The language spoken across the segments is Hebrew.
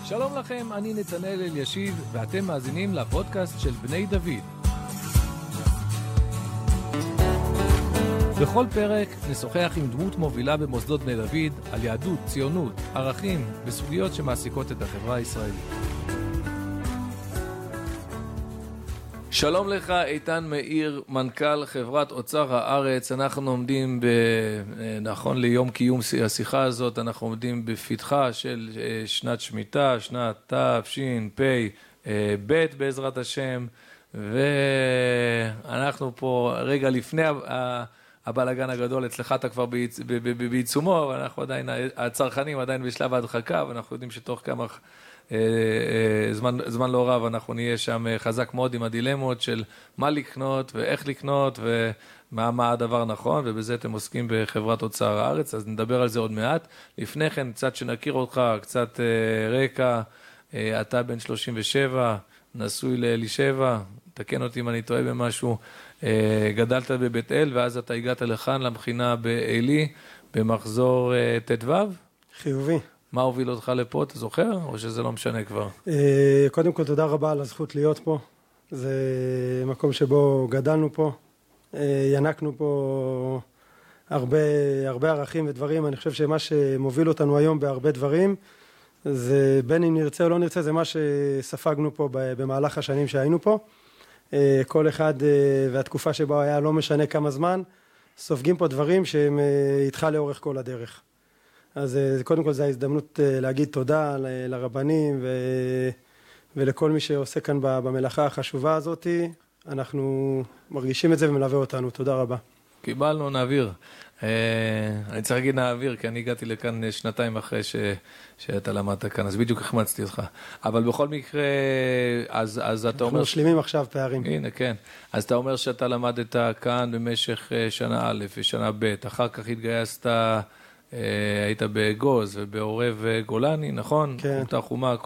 שלום לכם, אני נתנאל אלישיב, ואתם מאזינים לפודקאסט של בני דוד. בכל פרק נשוחח עם דמות מובילה במוסדות בני דוד על יהדות, ציונות, ערכים וסוגיות שמעסיקות את החברה הישראלית. שלום לך, איתן מאיר, מנכ"ל חברת אוצר הארץ. אנחנו עומדים, נכון ליום קיום השיחה הזאת, אנחנו עומדים בפתחה של שנת שמיטה, שנת תשפ"ב בעזרת השם, ואנחנו פה רגע לפני הבלגן הגדול. אצלך אתה כבר בעיצומו, אבל אנחנו עדיין, הצרכנים עדיין בשלב ההדחקה, ואנחנו יודעים שתוך כמה זמן לא רב אנחנו נהיה שם חזק מאוד עם הדילמות של מה לקנות ואיך לקנות ומה הדבר נכון, ובזה אתם עוסקים בחברת אוצר הארץ, אז נדבר על זה עוד מעט. לפני כן, קצת שנכיר אותך, קצת רקע. אתה בן 37, נשוי לאלישבע, תקן אותי אם אני טועה במשהו, גדלת בבית אל, ואז אתה הגעת לכאן למכינה בעלי, במחזור ט"ו? חיובי. מה הוביל אותך לפה, אתה זוכר? או שזה לא משנה כבר? קודם כל, תודה רבה על הזכות להיות פה. זה מקום שבו גדלנו פה, ינקנו פה הרבה ערכים ודברים. אני חושב שמה שמוביל אותנו היום בהרבה דברים, זה בין אם נרצה או לא נרצה, זה מה שספגנו פה במהלך השנים שהיינו פה. כל אחד והתקופה שבה היה לא משנה כמה זמן, סופגים פה דברים שהם איתך לאורך כל הדרך. אז קודם כל זו ההזדמנות להגיד תודה לרבנים ולכל מי שעושה כאן במלאכה החשובה הזאת. אנחנו מרגישים את זה ומלווה אותנו. תודה רבה. קיבלנו, נעביר. אני צריך להגיד נעביר, כי אני הגעתי לכאן שנתיים אחרי שאתה למדת כאן, אז בדיוק החמצתי אותך. אבל בכל מקרה, אז אתה אומר... אנחנו משלימים עכשיו פערים. הנה, כן. אז אתה אומר שאתה למדת כאן במשך שנה א' ושנה ב', אחר כך התגייסת... היית בגוז ובעורב גולני, נכון? כן. אותה חומה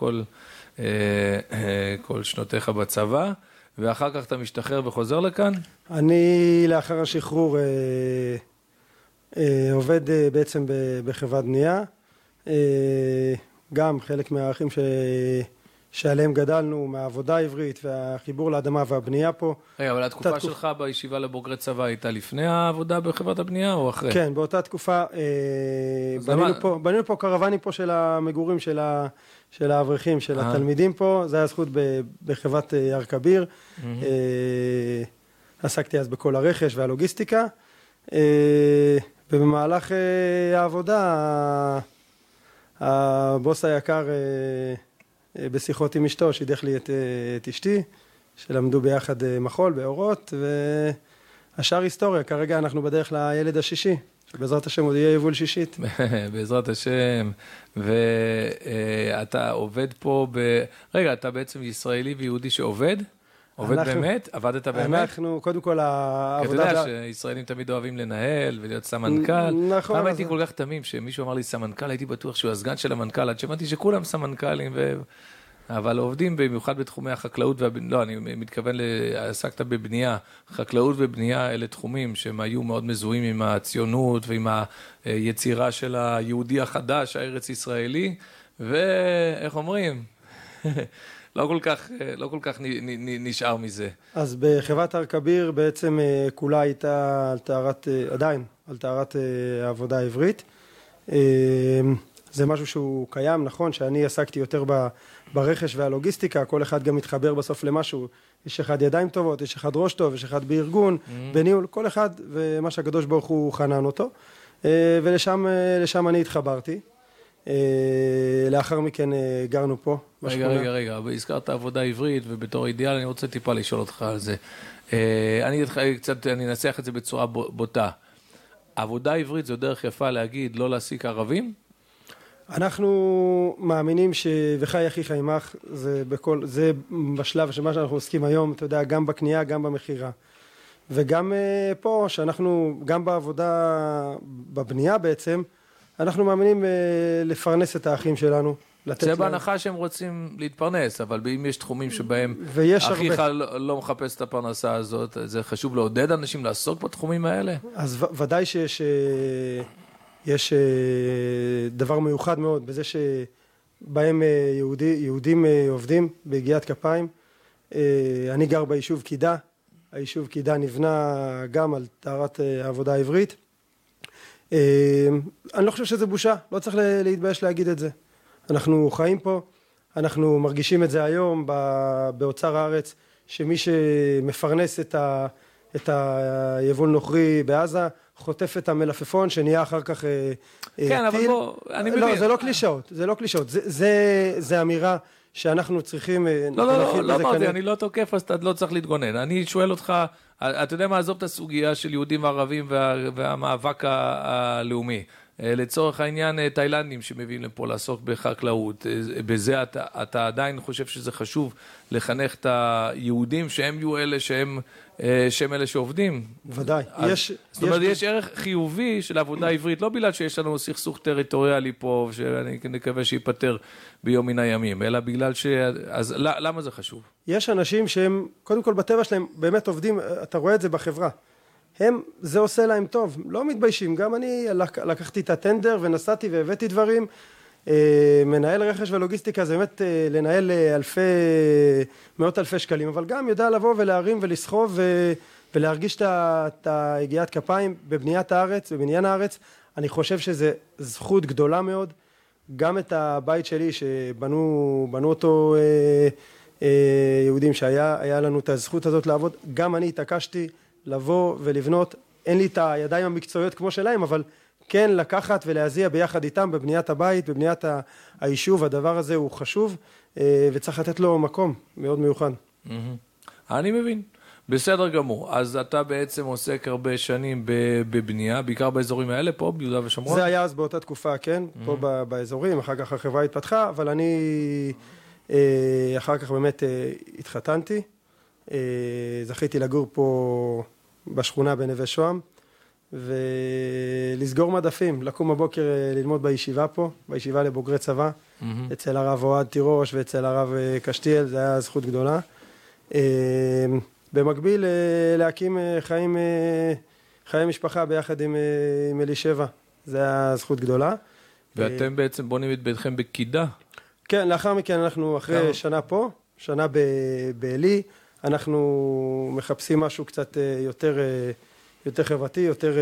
כל שנותיך בצבא, ואחר כך אתה משתחרר וחוזר לכאן? אני לאחר השחרור עובד בעצם בחברת בנייה, גם חלק מהערכים שעליהם גדלנו, מהעבודה העברית והחיבור לאדמה והבנייה פה. רגע, אבל התקופה שלך בישיבה לבוגרי צבא הייתה לפני העבודה בחברת הבנייה או אחרי? כן, באותה תקופה בנינו פה קרוונים פה של המגורים של האברכים, של התלמידים פה. זה היה זכות בחברת יער כביר. עסקתי אז בכל הרכש והלוגיסטיקה. ובמהלך העבודה, הבוס היקר בשיחות עם אשתו, שידך לי את אשתי, שלמדו ביחד מחול, באורות, והשאר היסטוריה. כרגע אנחנו בדרך לילד השישי, שבעזרת השם עוד יהיה יבול שישית. בעזרת השם. ואתה עובד פה רגע, אתה בעצם ישראלי ויהודי שעובד? עובד באמת? עבדת באמת? אנחנו, קודם כל, העבודה... אתה יודע שישראלים תמיד אוהבים לנהל ולהיות סמנכ"ל. נכון. פעם הייתי כל כך תמים, שמישהו אמר לי סמנכ"ל, הייתי בטוח שהוא הסגן של המנכ"ל, עד שמעתי שכולם סמנכ"לים, אבל עובדים במיוחד בתחומי החקלאות, לא, אני מתכוון, עסקת בבנייה, חקלאות ובנייה, אלה תחומים שהם היו מאוד מזוהים עם הציונות ועם היצירה של היהודי החדש, הארץ ישראלי, ואיך אומרים? לא כל כך נשאר מזה. אז בחברת יער כביר בעצם כולה הייתה עדיין על טהרת העבודה העברית. זה משהו שהוא קיים, נכון, שאני עסקתי יותר ברכש והלוגיסטיקה, כל אחד גם מתחבר בסוף למשהו. יש אחד ידיים טובות, יש אחד ראש טוב, יש אחד בארגון, בניהול, כל אחד ומה שהקדוש ברוך הוא חנן אותו. ולשם אני התחברתי. לאחר מכן גרנו פה בשכונה. רגע, הזכרת עבודה עברית, ובתור אידיאל אני רוצה טיפה לשאול אותך על זה. אני אנסח את זה בצורה בוטה. עבודה עברית זו דרך יפה להגיד לא להעסיק ערבים? אנחנו מאמינים וחי אחיך עמך, זה בשלב שמה שאנחנו עוסקים היום, אתה יודע, גם בקנייה, גם במחירה. וגם פה, שאנחנו, גם בעבודה, בבנייה בעצם, אנחנו מאמינים לפרנס את האחים שלנו. זה בהנחה שהם רוצים להתפרנס, אבל אם יש תחומים שבהם אחיך לא מחפש את הפרנסה הזאת, זה חשוב לעודד אנשים לעסוק בתחומים האלה? אז ודאי שיש דבר מיוחד מאוד בזה בהם יהודים עובדים ביגיעת כפיים. אני גר ביישוב קידה, היישוב קידה נבנה גם על טהרת העבודה העברית. אני לא חושב שזה בושה, לא צריך להתבייש להגיד את זה. אנחנו חיים פה, אנחנו מרגישים את זה היום באוצר הארץ, שמי שמפרנס את היבול נוכרי בעזה, חוטף את המלפפון שנהיה אחר כך כן, אבל בוא, אני מבין. לא, זה לא קלישאות, זה לא קלישאות, זה אמירה שאנחנו צריכים... לא אמרתי, אני לא תוקף, אז אתה לא צריך להתגונן. אני שואל אותך, אתה יודע מה, עזוב את הסוגיה של יהודים וערבים והמאבק הלאומי. לצורך העניין, תאילנדים שמביאים לפה לעסוק בחקלאות, בזה אתה עדיין חושב שזה חשוב לחנך את היהודים שהם יהיו אלה שהם אלה שעובדים? ודאי. זאת אומרת, יש ערך חיובי של עבודה עברית, לא בגלל שיש לנו סכסוך טריטוריאלי פה, שאני מקווה שיפטר ביום מן הימים, אלא בגלל אז למה זה חשוב? יש אנשים שהם, קודם כל בטבע שלהם, באמת עובדים, אתה רואה את זה בחברה. זה עושה להם טוב, לא מתביישים. גם אני לקחתי את הטנדר ונסעתי והבאתי דברים. מנהל רכש ולוגיסטיקה זה באמת לנהל מאות אלפי שקלים, אבל גם יודע לבוא ולהרים ולסחוב ולהרגיש את היגיעת כפיים בבניית הארץ, בבניין הארץ. אני חושב שזה זכות גדולה מאוד. גם את הבית שלי שבנו אותו יהודים, שהיה לנו את הזכות הזאת לעבוד, גם אני התעקשתי לבוא ולבנות. אין לי את הידיים המקצועיות כמו שלהם, אבל כן לקחת ולהזיע ביחד איתם בבניית הבית, בבניית היישוב. הדבר הזה הוא חשוב וצריך לתת לו מקום מאוד מיוחד. אני מבין. בסדר גמור. אז אתה בעצם עוסק הרבה שנים בבנייה, בעיקר באזורים האלה, פה ביהודה ושומרון? זה היה אז באותה תקופה, כן, פה באזורים, אחר כך החברה התפתחה, אבל אני אחר כך באמת התחתנתי, זכיתי לגור פה בשכונה בנווה שוהם, ולסגור מדפים, לקום בבוקר ללמוד בישיבה פה, בישיבה לבוגרי צבא, אצל הרב אוהד תירוש ואצל הרב קשתיאל, זה היה זכות גדולה. במקביל להקים חיי משפחה ביחד עם אלישבע, זה היה זכות גדולה. ואתם בעצם בונים את ביתכם בקידה? כן, לאחר מכן אנחנו אחרי שנה פה, שנה באלי, אנחנו מחפשים משהו קצת יותר חברתי,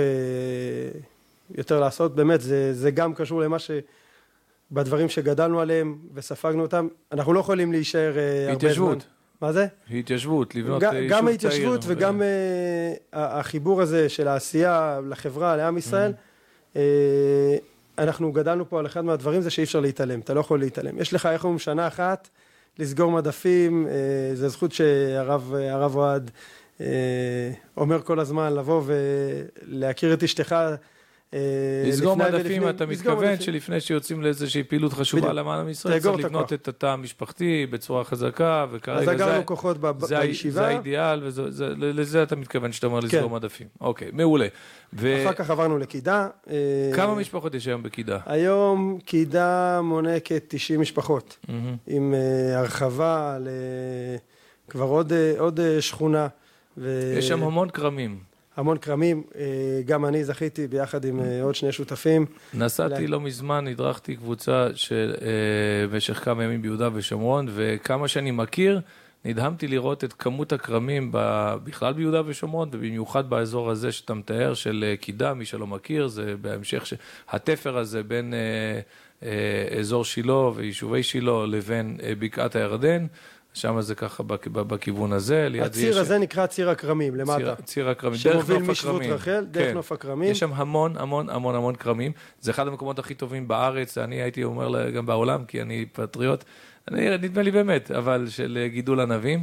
יותר לעשות. באמת, זה גם קשור למה בדברים שגדלנו עליהם וספגנו אותם. אנחנו לא יכולים להישאר הרבה זמן. מה זה? התיישבות, לבנות יישוב צעיר. גם ההתיישבות וגם החיבור הזה של העשייה לחברה, לעם ישראל. אנחנו גדלנו פה על אחד מהדברים, זה שאי אפשר להתעלם, אתה לא יכול להתעלם. יש לך איך שנה אחת לסגור מדפים, זה זכות שהרב אוהד אומר כל הזמן, לבוא ולהכיר את אשתך. לסגור מדפים, אתה מתכוון שלפני שיוצאים לאיזושהי פעילות חשובה למען עם ישראל, צריך לבנות את התא המשפחתי בצורה חזקה, וכרגע אז אגרנו כוחות בישיבה. זה האידיאל, ולזה אתה מתכוון שאתה אומר לסגור מדפים. אוקיי, מעולה. אחר כך עברנו לקידה. כמה משפחות יש היום בקידה? היום קידה מונה כ-90 משפחות, עם הרחבה כבר עוד שכונה. יש שם המון קרמים. המון קרמים, גם אני זכיתי ביחד עם עוד שני שותפים. נסעתי לא מזמן, הדרכתי קבוצה במשך כמה ימים ביהודה ושומרון, וכמה שאני מכיר, נדהמתי לראות את כמות הקרמים בכלל ביהודה ושומרון, ובמיוחד באזור הזה שאתה מתאר של קידה, מי שלא מכיר, זה בהמשך התפר הזה בין אזור שילה ויישובי שילה לבין בקעת הירדן, שם זה ככה בכיוון הזה. הציר הזה נקרא ציר הקרמים, למטה. ציר הקרמים, שמוביל משבות רחל, דרך נוף הקרמים. יש שם המון, המון, המון, המון קרמים. זה אחד המקומות הכי טובים בארץ, אני הייתי אומר גם בעולם, כי אני פטריוט, נדמה לי באמת, אבל של גידול ענבים.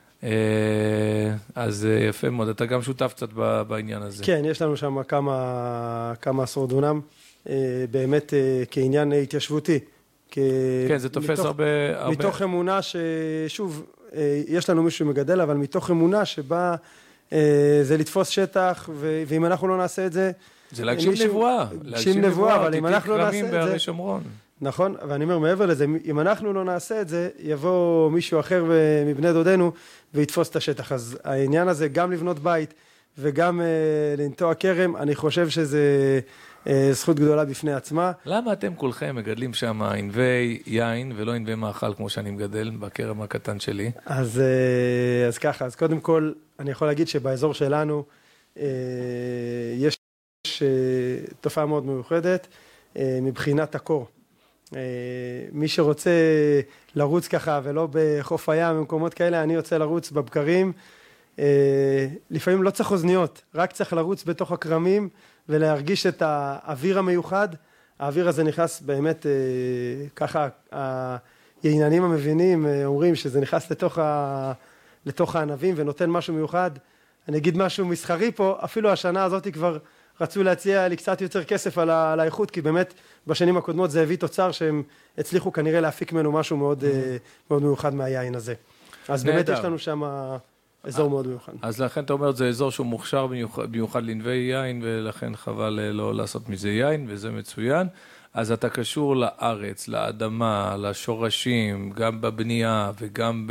אז יפה מאוד, אתה גם שותף קצת בעניין הזה. כן, יש לנו שם כמה עשרות דונם, באמת כעניין התיישבותי. כן, זה תופס הרבה... מתוך אמונה ששוב, יש לנו מישהו מגדל, אבל מתוך אמונה שבה זה לתפוס שטח, ואם אנחנו לא נעשה את זה... זה להגשים נבואה. להגשים נבואה, אבל אם אנחנו לא נעשה את זה... שומרון. נכון, ואני אומר מעבר לזה, אם אנחנו לא נעשה את זה, יבוא מישהו אחר מבני דודנו ויתפוס את השטח. אז העניין הזה, גם לבנות בית וגם לנטוע כרם, אני חושב שזה זכות גדולה בפני עצמה. למה אתם כולכם מגדלים שם ענבי יין ולא ענבי מאכל כמו שאני מגדל בכרם הקטן שלי? אז ככה, אז קודם כל אני יכול להגיד שבאזור שלנו יש תופעה מאוד מיוחדת מבחינת הקור. מי שרוצה לרוץ ככה ולא בחוף הים במקומות כאלה, אני יוצא לרוץ בבקרים. לפעמים לא צריך אוזניות, רק צריך לרוץ בתוך הקרמים ולהרגיש את האוויר המיוחד. האוויר הזה נכנס באמת ככה, הייננים המבינים אומרים שזה נכנס לתוך הענבים ונותן משהו מיוחד. אני אגיד משהו מסחרי פה, אפילו השנה הזאת כבר רצו להציע לי קצת יותר כסף על האיכות, כי באמת בשנים הקודמות זה הביא תוצר שהם הצליחו כנראה להפיק ממנו משהו מאוד, מאוד מיוחד מהיין הזה. אז באמת יש לנו שם אזור מאוד מיוחד. אז לכן אתה אומר, זה אזור שהוא מוכשר במיוחד לנבי יין, ולכן חבל לא לעשות מזה יין, וזה מצוין. אז אתה קשור לארץ, לאדמה, לשורשים, גם בבנייה וגם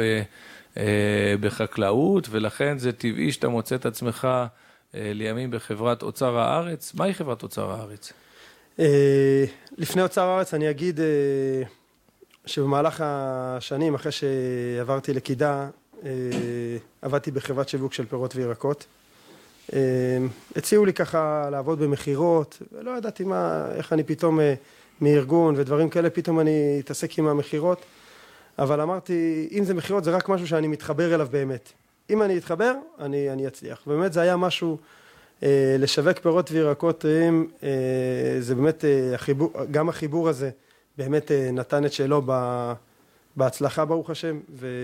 בחקלאות, ולכן זה טבעי שאתה מוצא את עצמך לימים בחברת אוצר הארץ. מהי חברת אוצר הארץ? לפני אוצר הארץ אני אגיד שבמהלך השנים, אחרי שעברתי לקידה, עבדתי בחברת שיווק של פירות וירקות. הציעו לי ככה לעבוד במחירות, ולא ידעתי איך אני פתאום מארגון ודברים כאלה, פתאום אני אתעסק עם המחירות. אבל אמרתי, אם זה מחירות זה רק משהו שאני מתחבר אליו באמת. אם אני אתחבר, אני אצליח. ובאמת זה היה משהו, לשווק פירות וירקות, זה באמת, גם החיבור הזה באמת נתן את שלו בהצלחה ברוך השם.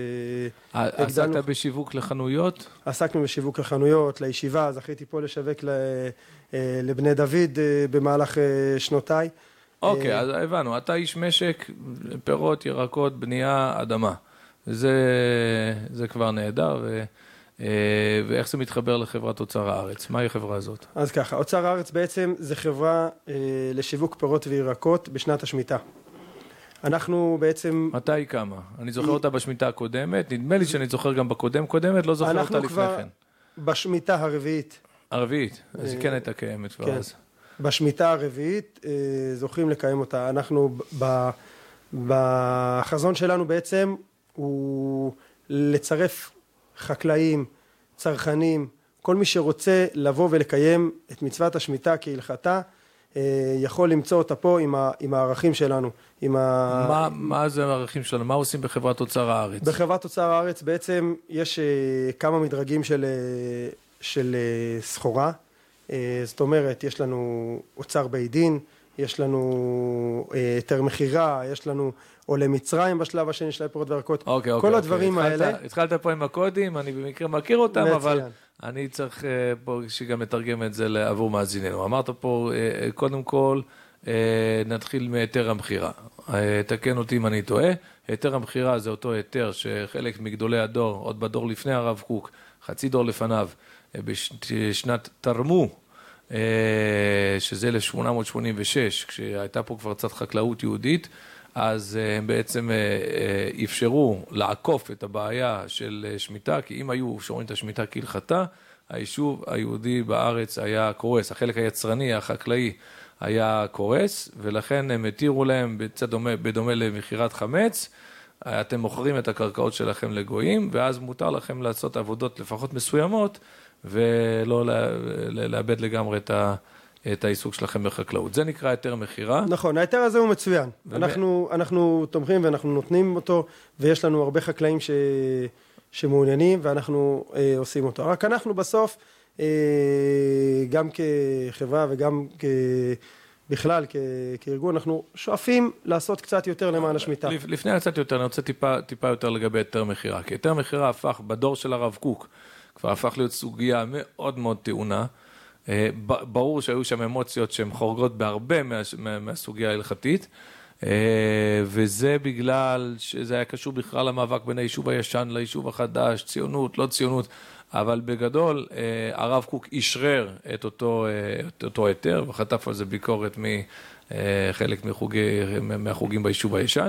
עסקת בשיווק לחנויות? עסקנו בשיווק לחנויות, לישיבה, זכיתי פה לשווק לבני דוד במהלך שנותיי. אוקיי, אז הבנו, אתה איש משק, פירות, ירקות, בנייה, אדמה. זה כבר נהדר, ואיך זה מתחבר לחברת אוצר הארץ? מהי החברה הזאת? אז ככה, אוצר הארץ בעצם זה חברה לשיווק פירות וירקות בשנת השמיטה. אנחנו בעצם... מתי היא קמה? אני זוכר אותה בשמיטה הקודמת, נדמה לי שאני זוכר גם בקודם, לא זוכר אותה לפני כן. אנחנו כבר בשמיטה הרביעית. הרביעית? אז היא כן הייתה קיימת כבר אז. בשמיטה הרביעית זוכים לקיים אותה. אנחנו בחזון שלנו בעצם הוא לצרף חקלאים, צרכנים, כל מי שרוצה לבוא ולקיים את מצוות השמיטה כהלכתה, יכול למצוא אותה פה עם הערכים שלנו. מה זה הערכים שלנו? מה עושים בחברת אוצר הארץ? בחברת אוצר הארץ בעצם יש כמה מדרגים של סחורה. זאת אומרת, יש לנו אוצר בית דין, יש לנו היתר מחירה, יש לנו עולה מצרים בשלב השני של הפירות וירקות. כל הדברים האלה. התחלת פה עם הקודים, אני במקרה מכיר אותם, אבל אני צריך פה שגם מתרגם את זה עבור מאזיננו. אמרת פה, קודם כל, נתחיל מהיתר המחירה. תקן אותי אם אני טועה. היתר המחירה זה אותו היתר שחלק מגדולי הדור, עוד בדור לפני הרב קוק, חצי דור לפניו, בשנת תרמו, שזה 1886, כשהייתה פה כבר קצת חקלאות יהודית, אז הם בעצם אפשרו לעקוף את הבעיה של שמיטה, כי אם היו שומרים את השמיטה כהלכתה, היישוב היהודי בארץ היה קורס, החלק היצרני, החקלאי, היה קורס, ולכן הם התירו להם, בדומה למחירת חמץ, אתם מוכרים את הקרקעות שלכם לגויים, ואז מותר לכם לעשות עבודות לפחות מסוימות, ולא לאבד לגמרי את העיסוק שלכם בחקלאות. זה נקרא היתר מחירה. נכון, ההיתר הזה הוא מצוין. אנחנו תומכים ואנחנו נותנים אותו, ויש לנו הרבה חקלאים שמעוניינים, ואנחנו עושים אותו. רק אנחנו בסוף, גם כחברה וגם בכלל כארגון, אנחנו שואפים לעשות קצת יותר למען השמיטה. לפני קצת יותר, אני רוצה טיפה יותר לגבי היתר מחירה. כי היתר מחירה הפך בדור של הרב קוק, כבר הפך להיות סוגיה מאוד מאוד טעונה. ברור שהיו שם אמוציות שהן חורגות בהרבה מהסוגיה ההלכתית, וזה בגלל שזה היה קשור בכלל למאבק בין היישוב הישן ליישוב החדש, ציונות, לא ציונות, אבל בגדול הרב קוק ישרר את אותו היתר, וחטף על זה ביקורת מחלק מהחוגים ביישוב הישן,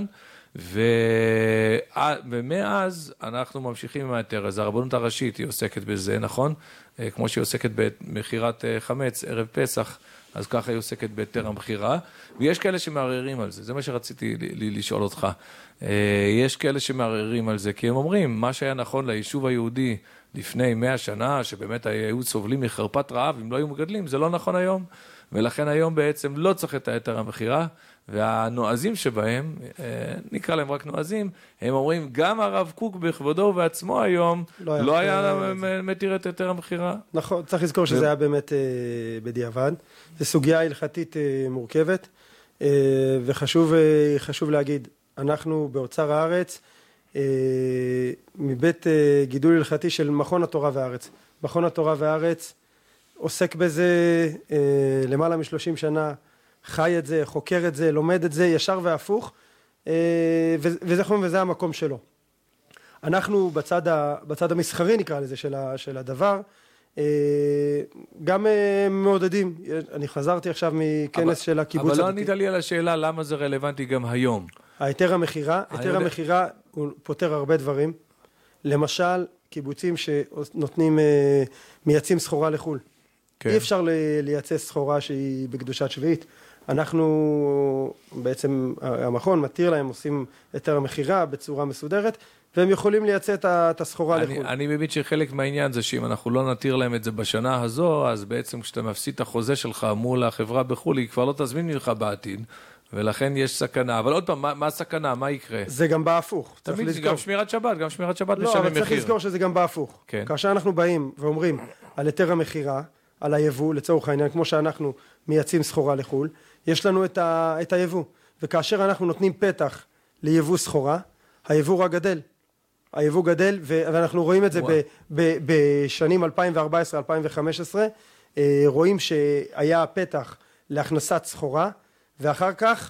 ומאז אנחנו ממשיכים עם ההיתר הזה. הרבנות הראשית היא עוסקת בזה, נכון? כמו שהיא עוסקת במחירת חמץ ערב פסח, אז ככה היא עוסקת בהיתר המכירה, ויש כאלה שמערערים על זה, זה מה שרציתי לשאול אותך. יש כאלה שמערערים על זה, כי הם אומרים, מה שהיה נכון ליישוב היהודי לפני 100 שנה, שבאמת היו סובלים מחרפת רעב, אם לא היו מגדלים, זה לא נכון היום, ולכן היום בעצם לא צריך את היתר המכירה, והנועזים שבהם, נקרא להם רק נועזים, הם אומרים, גם הרב קוק בכבודו ובעצמו היום, לא היה מתיר את היתר המכירה. נכון, צריך לזכור שזה היה באמת בדיעבד. זו סוגיה הלכתית מורכבת, וחשוב להגיד, אנחנו באוצר הארץ, מבית גידול הלכתי של מכון התורה והארץ. מכון התורה והארץ עוסק בזה למעלה מ-30 שנה, חי את זה, חוקר את זה, לומד את זה, ישר והפוך, וזה המקום שלו. אנחנו בצד המסחרי נקרא לזה של הדבר, גם מעודדים. אני חזרתי עכשיו מכנס של הקיבוץ. אבל לא ענית לי על השאלה למה זה רלוונטי גם היום. היתר המכירה הוא פותר הרבה דברים. למשל, קיבוצים שנותנים, מייצאים סחורה לחו"ל. כן. אי אפשר לייצא סחורה שהיא בקדושת שביעית. אנחנו בעצם, המכון מתיר להם, עושים היתר המכירה בצורה מסודרת, והם יכולים לייצא את הסחורה לחו"ל. אני מבין שחלק מהעניין זה שאם אנחנו לא נתיר להם את זה בשנה הזו, אז בעצם כשאתה מפסיד את החוזה שלך מול החברה בחו"ל, היא כבר לא תזמין ממך בעתיד, ולכן יש סכנה. אבל עוד פעם, מה הסכנה? מה יקרה? זה גם בהפוך. תמיד זה גם שמירת שבת משלם מחיר. לא, אבל צריך לזכור שזה גם בהפוך. כן. כאשר אנחנו באים ואומרים על היתר המכירה, על היבוא, לצורך העניין, כמו שאנחנו מייצאים סחורה לחו"ל, יש לנו את היבוא. וכאשר אנחנו נותנים פתח ליבוא סחורה, היבוא רק גדל. היבוא גדל, ואנחנו רואים את זה בשנים 2014-2015, רואים שהיה פתח להכנסת סחורה, ואחר כך,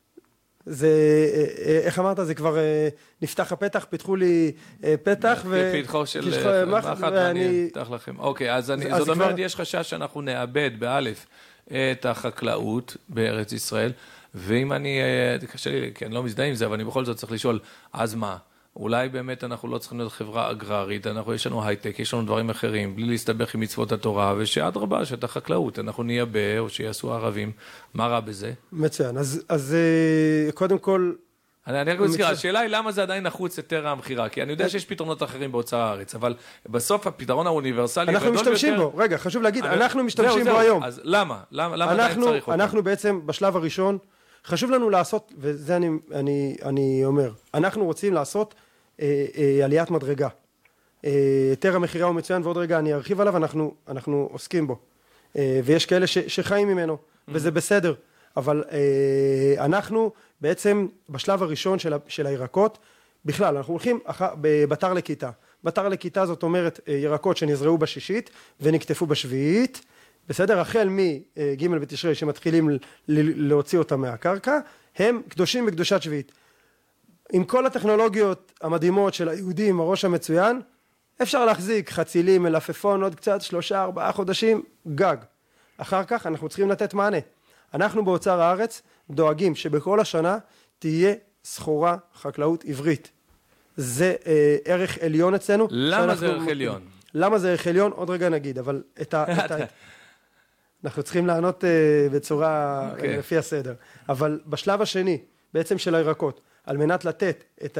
איך אמרת, זה כבר נפתח הפתח, פיתחו לי פתח, פתחו של מחט, ואני אפתח לכם. אוקיי, אז זאת אומרת, יש חשש שאנחנו נאבד באלף את החקלאות בארץ ישראל, ואם קשה לי, כי אני לא מזדהה עם זה, אבל אני בכל זאת צריך לשאול, אז מה? אולי באמת אנחנו לא צריכים להיות חברה אגררית, יש לנו הייטק, יש לנו דברים אחרים, בלי להסתבך עם מצוות התורה, ושאדרבה, שאת החקלאות, אנחנו נייבא, או שיעשו הערבים, מה רע בזה? מצוין, אז קודם כל... אני רק מזכיר, השאלה היא למה זה עדיין נחוץ היתר המכירה, כי אני יודע שיש פתרונות אחרים באוצר הארץ, אבל בסוף הפתרון האוניברסלי... אנחנו משתמשים בו, רגע, חשוב להגיד, אנחנו משתמשים בו היום. אז למה? למה עדיין צריך אותו? אנחנו בעצם בשלב הראשון, חשוב לנו לעשות, וזה אני אומר, אנחנו רוצים לעשות עליית מדרגה. היתר המכירה הוא מצוין, ועוד רגע אני ארחיב עליו, אנחנו עוסקים בו. ויש כאלה שחיים ממנו, וזה בסדר. אבל אנחנו בעצם בשלב הראשון של הירקות, בכלל, אנחנו הולכים בתר לכיתה. בתר לכיתה זאת אומרת ירקות שנזרעו בשישית ונקטפו בשביעית, בסדר? החל מג' בתשרי שמתחילים להוציא אותם מהקרקע, הם קדושים בקדושת שביעית. עם כל הטכנולוגיות המדהימות של היהודים, הראש המצוין, אפשר להחזיק חצילים, מלפפון, עוד קצת 3-4 חודשים, גג. אחר כך אנחנו צריכים לתת מענה. אנחנו באוצר הארץ דואגים שבכל השנה תהיה סחורה חקלאות עברית. זה ערך עליון אצלנו. למה זה ערך עליון? למה זה ערך עליון? עוד רגע נגיד, אבל אנחנו צריכים לענות בצורה לפי הסדר. אבל בשלב השני, בעצם של הירקות, על מנת לתת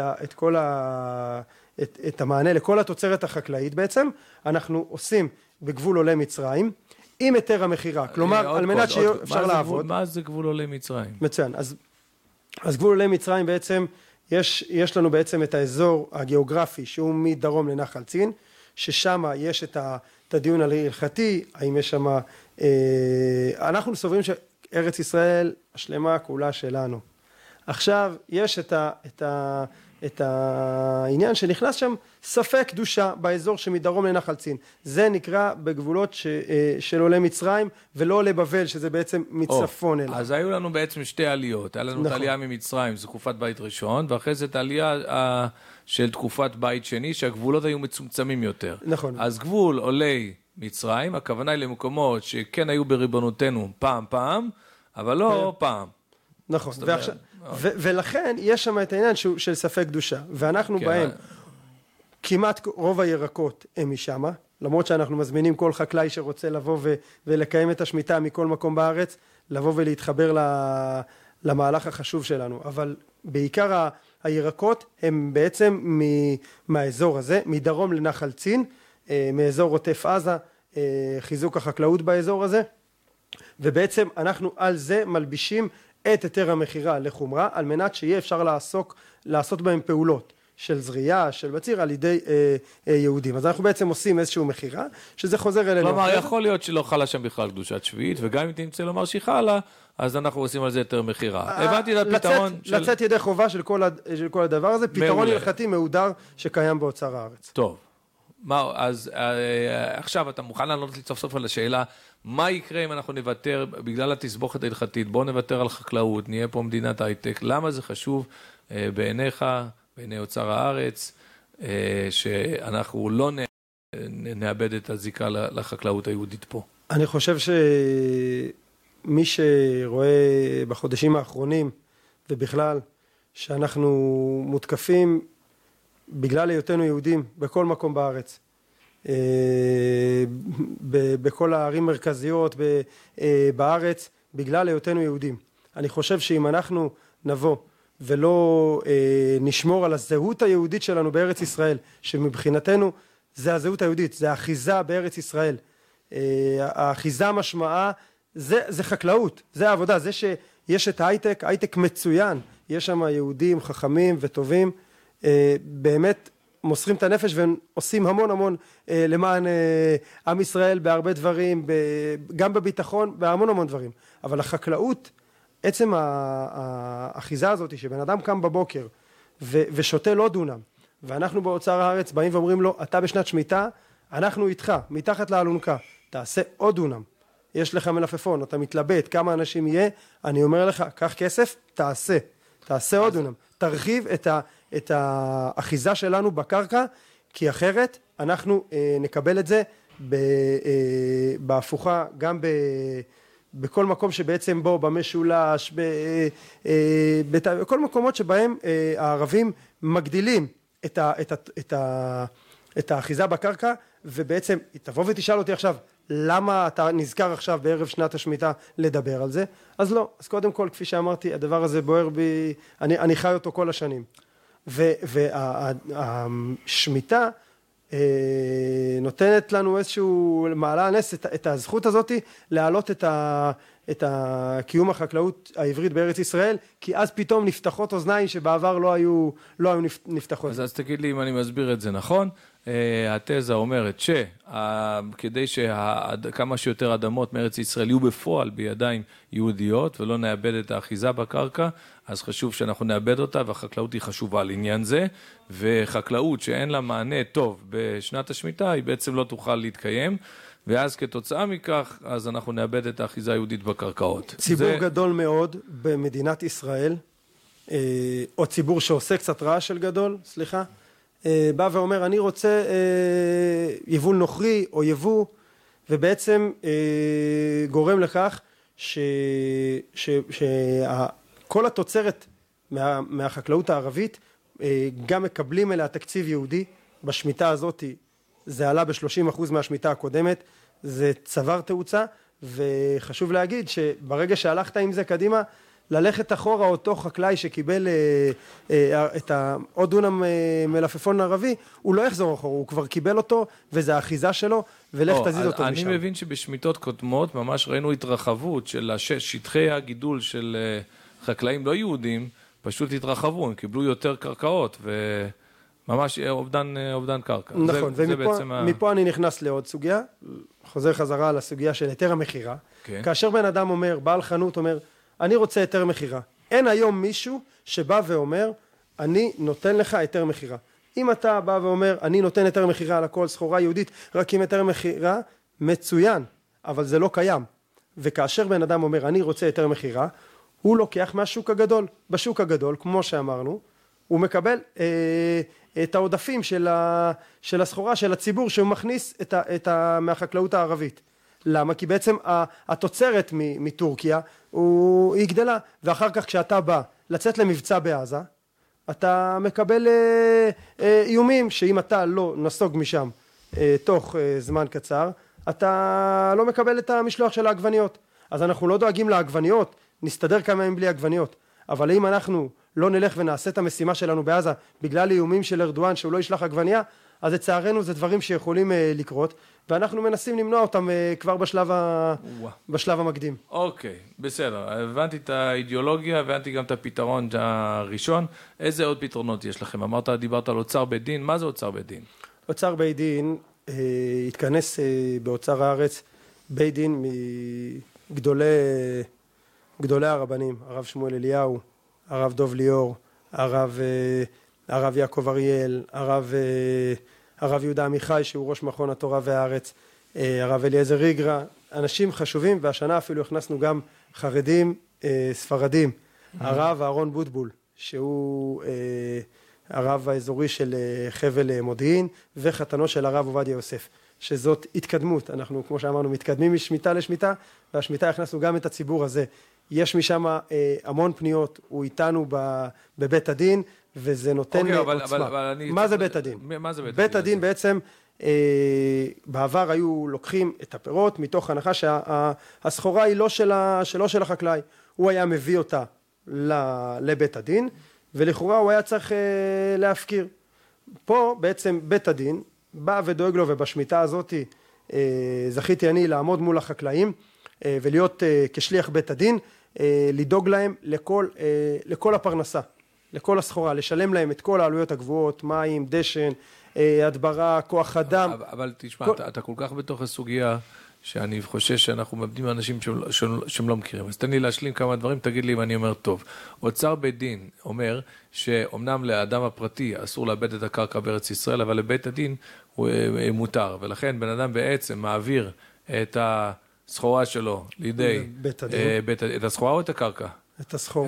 את המענה לכל התוצרת החקלאית בעצם, אנחנו עושים בגבול עולי מצרים, עם היתר המכירה, כלומר, על מנת שאפשר לעבוד. מה זה גבול עולי מצרים? מצוין, אז גבול עולי מצרים בעצם, יש לנו בעצם את האזור הגיאוגרפי, שהוא מדרום לנחל צין, ששם יש את הדיון על ההלכתי, האם יש שם, אנחנו סוברים שארץ ישראל השלמה כולה שלנו. עכשיו, יש את העניין שנכנס שם ספק קדושה באזור שמדרום לנחל צין. זה נקרא בגבולות של עולי מצרים ולא עולי בבל, שזה בעצם מצפון אליו. אז היו לנו בעצם שתי עליות. היה לנו את העלייה ממצרים, זו תקופת בית ראשון, ואחרי זה את העלייה של תקופת בית שני, שהגבולות היו מצומצמים יותר. נכון. אז גבול עולי מצרים, הכוונה היא למקומות שכן היו בריבונותנו פעם, אבל לא פעם. נכון. ולכן יש שם את העניין של ספק קדושה, ואנחנו בהם, כמעט רוב הירקות הם משם, למרות שאנחנו מזמינים כל חקלאי שרוצה לבוא ולקיים את השמיטה מכל מקום בארץ, לבוא ולהתחבר למהלך החשוב שלנו. אבל בעיקר הירקות הם בעצם מהאזור הזה, מדרום לנחל צין, מאזור עוטף עזה, חיזוק החקלאות באזור הזה, ובעצם אנחנו על זה מלבישים את היתר המכירה לחומרה, על מנת שיהיה אפשר לעשות בהם פעולות של זריעה, של בציר, על ידי יהודים. אז אנחנו בעצם עושים איזשהו מכירה, שזה חוזר אלינו. כלומר, יכול להיות שלא חלה שם בכלל קדושת שביעית, וגם אם תמצא לומר שהיא חלה, אז אנחנו עושים על זה יותר מכירה. הבנתי את הפתרון של... לצאת ידי חובה של כל הדבר הזה, פתרון הלכתי מהודר שקיים באוצר הארץ. טוב. אז עכשיו אתה מוכן לענות לי סוף סוף על השאלה, מה יקרה אם אנחנו נוותר, בגלל התסבוכת ההלכתית, בואו נוותר על חקלאות, נהיה פה מדינת הייטק, למה זה חשוב בעיניך, בעיני אוצר הארץ, שאנחנו לא נאבד את הזיקה לחקלאות היהודית פה? אני חושב שמי שרואה בחודשים האחרונים, ובכלל, שאנחנו מותקפים בגלל היותנו יהודים בכל מקום בארץ, בכל הערים מרכזיות בארץ, בגלל היותנו יהודים. אני חושב שאם אנחנו נבוא ולא נשמור על הזהות היהודית שלנו בארץ ישראל, שמבחינתנו זה הזהות היהודית, זה האחיזה בארץ ישראל. האחיזה משמעה, זה חקלאות, זה העבודה, זה שיש את ההייטק, הייטק מצוין, יש שם יהודים חכמים וטובים, באמת מוסרים את הנפש ועושים המון המון למען עם ישראל בהרבה דברים, גם בביטחון, בהמון המון דברים. אבל החקלאות, עצם האחיזה הזאת שבן אדם קם בבוקר ושותה לא דונם, ואנחנו באוצר הארץ באים ואומרים לו, אתה בשנת שמיטה, אנחנו איתך, מתחת לאלונקה, תעשה עוד דונם. יש לך מלפפון, אתה מתלבט, כמה אנשים יהיה, אני אומר לך, קח כסף, תעשה עוד דונם. תרחיב את האחיזה שלנו בקרקע, כי אחרת אנחנו נקבל את זה בהפוכה, גם בכל מקום שבעצם בו, במשולש, בכל מקומות שבהם הערבים מגדילים את האחיזה בקרקע, ובעצם תבוא ותשאל אותי עכשיו, למה אתה נזכר עכשיו בערב שנת השמיטה לדבר על זה? אז לא, אז קודם כל, כפי שאמרתי, הדבר הזה בוער בי, אני חי אותו כל השנים. והשמיטה נותנת לנו איזשהו מעלה נס, את הזכות הזאת להעלות את קיום החקלאות העברית בארץ ישראל, כי אז פתאום נפתחות אוזניים שבעבר לא היו נפתחות. אז תגיד לי אם אני מסביר את זה נכון, התזה אומרת שכדי שכמה שיותר אדמות מארץ ישראל יהיו בפועל בידיים יהודיות ולא נאבד את האחיזה בקרקע, אז חשוב שאנחנו נאבד אותה, והחקלאות היא חשובה לעניין זה, וחקלאות שאין לה מענה טוב בשנת השמיטה היא בעצם לא תוכל להתקיים, ואז כתוצאה מכך אז אנחנו נאבד את האחיזה היהודית בקרקעות. ציבור גדול מאוד במדינת ישראל, או ציבור שעושה קצת רעש של גדול, סליחה, בא ואומר אני רוצה יבול נוכרי או יבוא, ובעצם גורם לכך שכל התוצרת מהחקלאות הערבית גם מקבלים אליה תקציב יהודי. בשמיטה הזאת זה עלה ב-30% מהשמיטה הקודמת, זה צבר תאוצה, וחשוב להגיד שברגע שהלכת עם זה קדימה, ללכת אחורה אותו חקלאי שקיבל את עוד דונם מלפפון ערבי, הוא לא יחזור אחורה, הוא כבר קיבל אותו, וזה האחיזה שלו, ולך תזיז אותו משם. אני מבין שבשמיטות קודמות ממש ראינו התרחבות של שטחי הגידול של חקלאים לא יהודים, פשוט התרחבו, הם קיבלו יותר קרקעות, וממש אובדן קרקע. נכון, ומפה אני נכנס לעוד סוגיה, חוזר חזרה על הסוגיה של היתר המכירה. כאשר בן אדם אומר, בעל חנות אומר, אני רוצה היתר מחירה. אין היום מישהו שבא ואומר, אני נותן לך היתר מחירה. אם אתה בא ואומר, אני נותן היתר מחירה על הכל, סחורה יהודית, רק עם היתר מחירה, מצוין, אבל זה לא קיים. וכאשר בן אדם אומר, אני רוצה היתר מחירה, הוא לוקח מהשוק הגדול. בשוק הגדול, כמו שאמרנו, הוא מקבל את העודפים של הסחורה, של הציבור, שהוא מכניס מהחקלאות הערבית. למה? כי בעצם התוצרת מטורקיה היא גדלה, ואחר כך כשאתה בא לצאת למבצע בעזה, אתה מקבל איומים שאם אתה לא נסוג משם תוך זמן קצר, אתה לא מקבל את המשלוח של העגבניות. אז אנחנו לא דואגים לעגבניות, נסתדר כמה ימים בלי עגבניות. אבל אם אנחנו לא נלך ונעשה את המשימה שלנו בעזה, בגלל איומים של ארדואן שהוא לא ישלח עגבניה, אז לצערנו זה דברים שיכולים לקרות, ואנחנו מנסים למנוע אותם כבר בשלב המקדים. אוקיי, בסדר. הבנתי את האידיאולוגיה, הבנתי גם את הפתרון הראשון. איזה עוד פתרונות יש לכם? דיברת על אוצר בית דין. מה זה אוצר בית דין? אוצר בית דין התכנס באוצר הארץ בית דין מגדולי הרבנים, הרב שמואל אליהו, הרב דוב ליאור, הרב יעקב אריאל, הרב יהודה עמיחי שהוא ראש מכון התורה והארץ, הרב אליעזר ריגרא, אנשים חשובים, והשנה אפילו הכנסנו גם חרדים ספרדים, הרב אהרון בוטבול שהוא הרב האזורי של חבל מודיעין וחתנו של הרב עובדיה יוסף, שזאת התקדמות. אנחנו כמו שאמרנו מתקדמים משמיטה לשמיטה, והשמיטה הכנסנו גם את הציבור הזה. יש משם המון פניות, הוא איתנו בבית הדין, וזה נותן עוצמה. מה זה בית הדין? בית הדין בעצם בעבר היו לוקחים את הפירות מתוך הנחה שהסחורה היא לא של החקלאי, הוא היה מביא אותה לבית הדין, ולכאורה הוא היה צריך להפקיר. פה בעצם בית הדין בא ודואג לו, ובשמיטה הזאת זכיתי אני לעמוד מול החקלאים ולהיות כשליח בית הדין, לדאוג להם לכל הפרנסה, לכל הסחורה, לשלם להם את כל העלויות הגבוהות, מים, דשן, הדברה, כוח אדם. אבל תשמע, אתה כל כך בתוך הסוגיה שאני חושש שאנחנו מאבדים אנשים שהם לא מכירים. אז תן לי להשלים כמה דברים, תגיד לי אם אני אומר טוב. אוצר בית דין אומר שאומנם לאדם הפרטי אסור לאבד את הקרקע בארץ ישראל, אבל לבית הדין הוא מותר, ולכן בן אדם בעצם מעביר את הסחורה שלו לידי בית הדין. את הסחורה או את הקרקע? את הסחורה,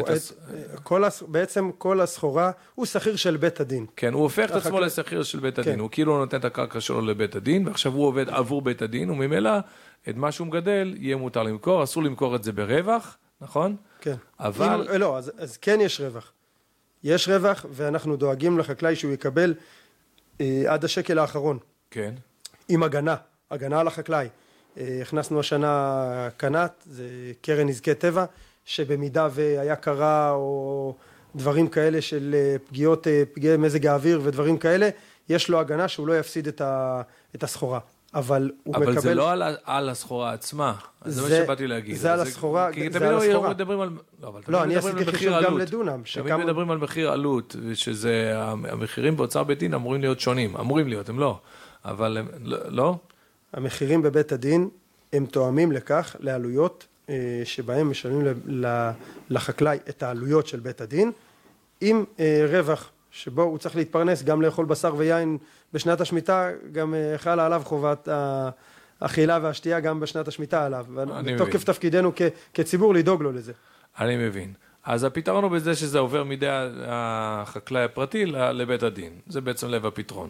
בעצם כל הסחורה הוא שכיר של בית הדין. כן, הוא הופך את עצמו לשכיר של בית הדין, הוא כאילו נותן את הקרקע שלו לבית הדין, ועכשיו הוא עובד עבור בית הדין, וממילא את מה שהוא מגדל יהיה מותר למכור, אסור למכור את זה ברווח, נכון? כן. אבל... לא, אז כן יש רווח. יש רווח, ואנחנו דואגים לחקלאי שהוא יקבל עד השקל האחרון. כן. עם הגנה על החקלאי. הכנסנו השנה קנת, זה קרן נזקי טבע, שבמידה והיה קרה או דברים כאלה של פגיעי מזג האוויר ודברים כאלה, יש לו הגנה שהוא לא יפסיד את הסחורה. אבל הוא מקבל... אבל זה לא על הסחורה עצמה, זה מה שבאתי להגיד. זה על הסחורה, כי תמיד מדברים על... לא, אני עשיתי חישוב גם לדונם. תמיד מדברים על מחיר עלות, שזה המחירים באוצר בית דין אמורים להיות שונים, אמורים להיות, הם לא. אבל לא? המחירים בבית הדין הם תואמים לכך, לעלויות שבהם משלמים לחקלאי את העלויות של בית הדין, עם רווח שבו הוא צריך להתפרנס, גם לאכול בשר ויין בשנת השמיטה, גם חלה עליו חובת האכילה והשתייה גם בשנת השמיטה עליו, בתוקף תפקידנו כציבור לדאוג לו לזה. אני מבין. אז הפתרון הוא בזה שזה עובר מידי החקלאי הפרטי לבית הדין, זה בעצם לב הפתרון.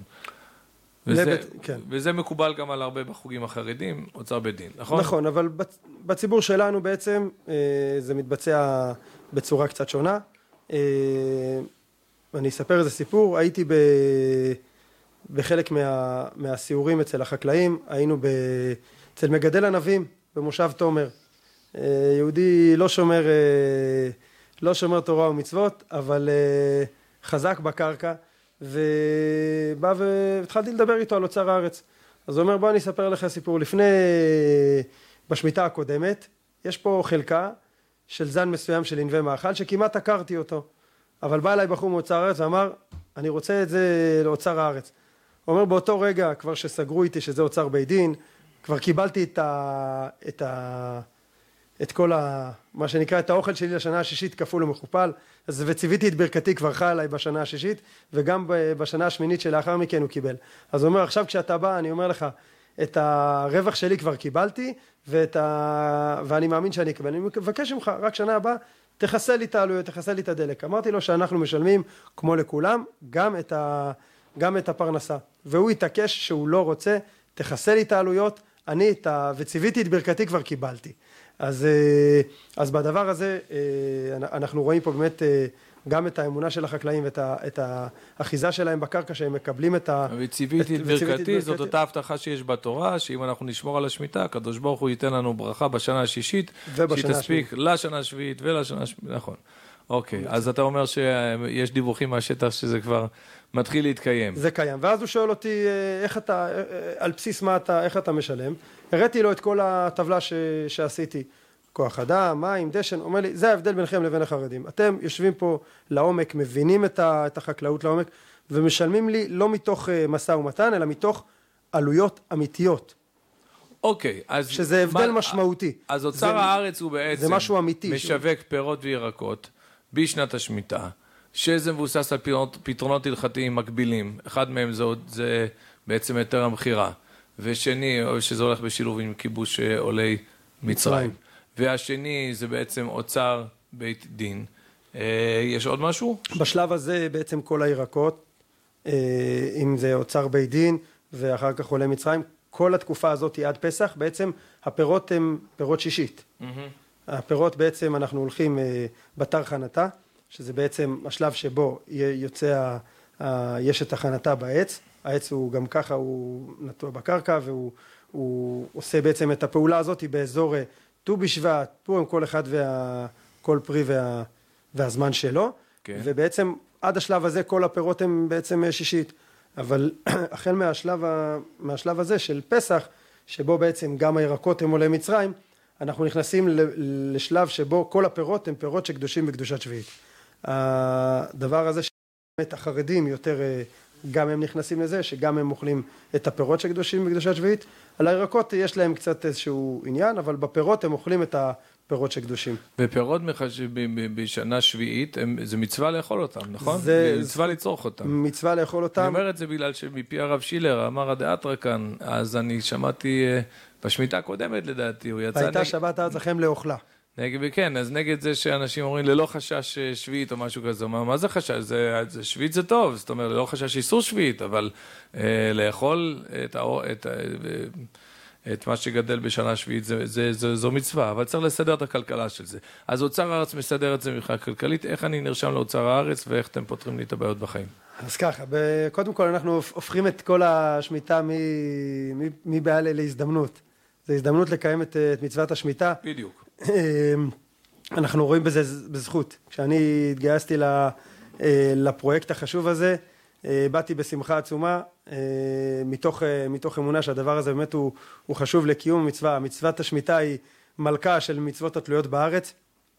וזה מקובל גם על הרבה בחוגים החרדים, אוצר בית דין, נכון? נכון, אבל בציבור שלנו בעצם זה מתבצע בצורה קצת שונה. אני אספר איזה סיפור, הייתי בחלק מהסיורים אצל החקלאים, היינו אצל מגדל ענבים במושב תומר. יהודי לא שומר תורה ומצוות, אבל חזק בקרקע. ובא והתחלתי לדבר איתו על אוצר הארץ. אז הוא אומר, בוא אני אספר לך סיפור. בשמיטה הקודמת, יש פה חלקה של זן מסוים של ענבי מאכל, שכמעט הכרתי אותו. אבל בא אליי בחור מאוצר הארץ ואמר, אני רוצה את זה לאוצר הארץ. הוא אומר, באותו רגע, כבר שסגרו איתי שזה אוצר בית דין, כבר קיבלתי את כל מה שנקרא, את האוכל שלי לשנה השישית כפול ומכופל, וציוויתי את ברכתי כבר חלה עליי בשנה השישית, וגם בשנה השמינית שלאחר מכן הוא קיבל. אז הוא אומר, עכשיו כשאתה בא, אני אומר לך, את הרווח שלי כבר קיבלתי, ואני מאמין שאני אקבל. אני מבקש ממך, רק שנה הבאה, תחסל לי את העלויות, תחסל לי את הדלק. אמרתי לו שאנחנו משלמים, כמו לכולם, גם את הפרנסה. והוא התעקש שהוא לא רוצה, תחסל לי את העלויות, וציוויתי את ברכתי כבר קיבלתי. אז בדבר הזה אנחנו רואים פה באמת גם את האמונה של החקלאים ואת האחיזה שלהם בקרקע שהם מקבלים את ה... וציוויתי את ברכתי, זאת אותה הבטחה שיש בתורה, שאם אנחנו נשמור על השמיטה, הקדוש ברוך הוא ייתן לנו ברכה בשנה השישית, שהיא תספיק לשנה השביעית ולשנה השביעית, נכון. אוקיי, אז אתה אומר שיש דיווחים מהשטח שזה כבר מתחיל להתקיים. זה קיים, ואז הוא שואל אותי, איך אתה, על בסיס מה אתה, איך אתה משלם? הראיתי לו את כל הטבלה שעשיתי, כוח אדם, מים, דשן, אומר לי, זה ההבדל ביניכם לבין החרדים. אתם יושבים פה לעומק, מבינים את החקלאות לעומק, ומשלמים לי לא מתוך משא ומתן, אלא מתוך עלויות אמיתיות. אוקיי, אז... שזה הבדל משמעותי. אז אוצר הארץ הוא בעצם... זה משהו אמיתי. משווק פירות וירקות בשנת השמיטה, שזה מבוסס על פתרונות הלכתיים מקבילים. אחד מהם זה בעצם היתר המכירה, ושני, שזה הולך בשילוב עם כיבוש עולי מצרים. והשני זה בעצם אוצר בית דין. יש עוד משהו? בשלב הזה בעצם כל הירקות, אם זה אוצר בית דין ואחר כך עולי מצרים, כל התקופה הזאת היא עד פסח, בעצם הפירות הם פירות שישית. הפירות בעצם אנחנו הולכים בתר חנתה, שזה בעצם השלב שבו יוצא, יש את החנתה בעץ, העץ הוא גם ככה, הוא נטוע בקרקע והוא עושה בעצם את הפעולה הזאת באזור ט"ו בשבט, פורים, כל אחד כל פרי והזמן שלו, כן. ובעצם עד השלב הזה כל הפירות הם בעצם שישית, אבל החל מהשלב הזה של פסח, שבו בעצם גם הירקות הם עולי מצרים, אנחנו נכנסים לשלב שבו כל הפירות הם פירות שקדושים בקדושת שביעית. הדבר הזה שבאמת החרדים יותר, גם הם נכנסים לזה, שגם הם אוכלים את הפירות שקדושים בקדושת שביעית. על הירקות יש להם קצת איזשהו עניין, אבל בפירות הם אוכלים את הפירות שקדושים. ופירות בשנה שביעית, זה מצווה לאכול אותם, נכון? זה מצווה לצרוך אותם. מצווה לאכול אותם. אני אומר את זה בגלל שמפי הרב שילר, אמר הדאטרא כאן, אז אני שמעתי בשמיטה הקודמת לדעתי, הוא יצא... והייתה שבת ארצכם לאוכלה. כן, אז נגד זה שאנשים אומרים ללא חשש שביעית או משהו כזה, מה זה חשש? שביעית זה טוב, זאת אומרת, ללא חשש איסור שביעית, אבל לאכול את מה שגדל בשנה שביעית זו מצווה, אבל צריך לסדר את הכלכלה של זה. אז אוצר הארץ מסדר את זה מבחינה כלכלית, איך אני נרשם לאוצר הארץ ואיך אתם פותרים לי את הבעיות בחיים? אז ככה, קודם כל אנחנו הופכים את כל השמיטה מבעיה להזדמנות. זו הזדמנות לקיים את מצוות השמיטה. בדיוק. אנחנו רואים בזה בזכות. כשאני התגייסתי לפרויקט החשוב הזה, באתי בשמחה עצומה, מתוך אמונה שהדבר הזה באמת הוא חשוב לקיום המצווה. מצוות השמיטה היא מלכה של מצוות התלויות בארץ.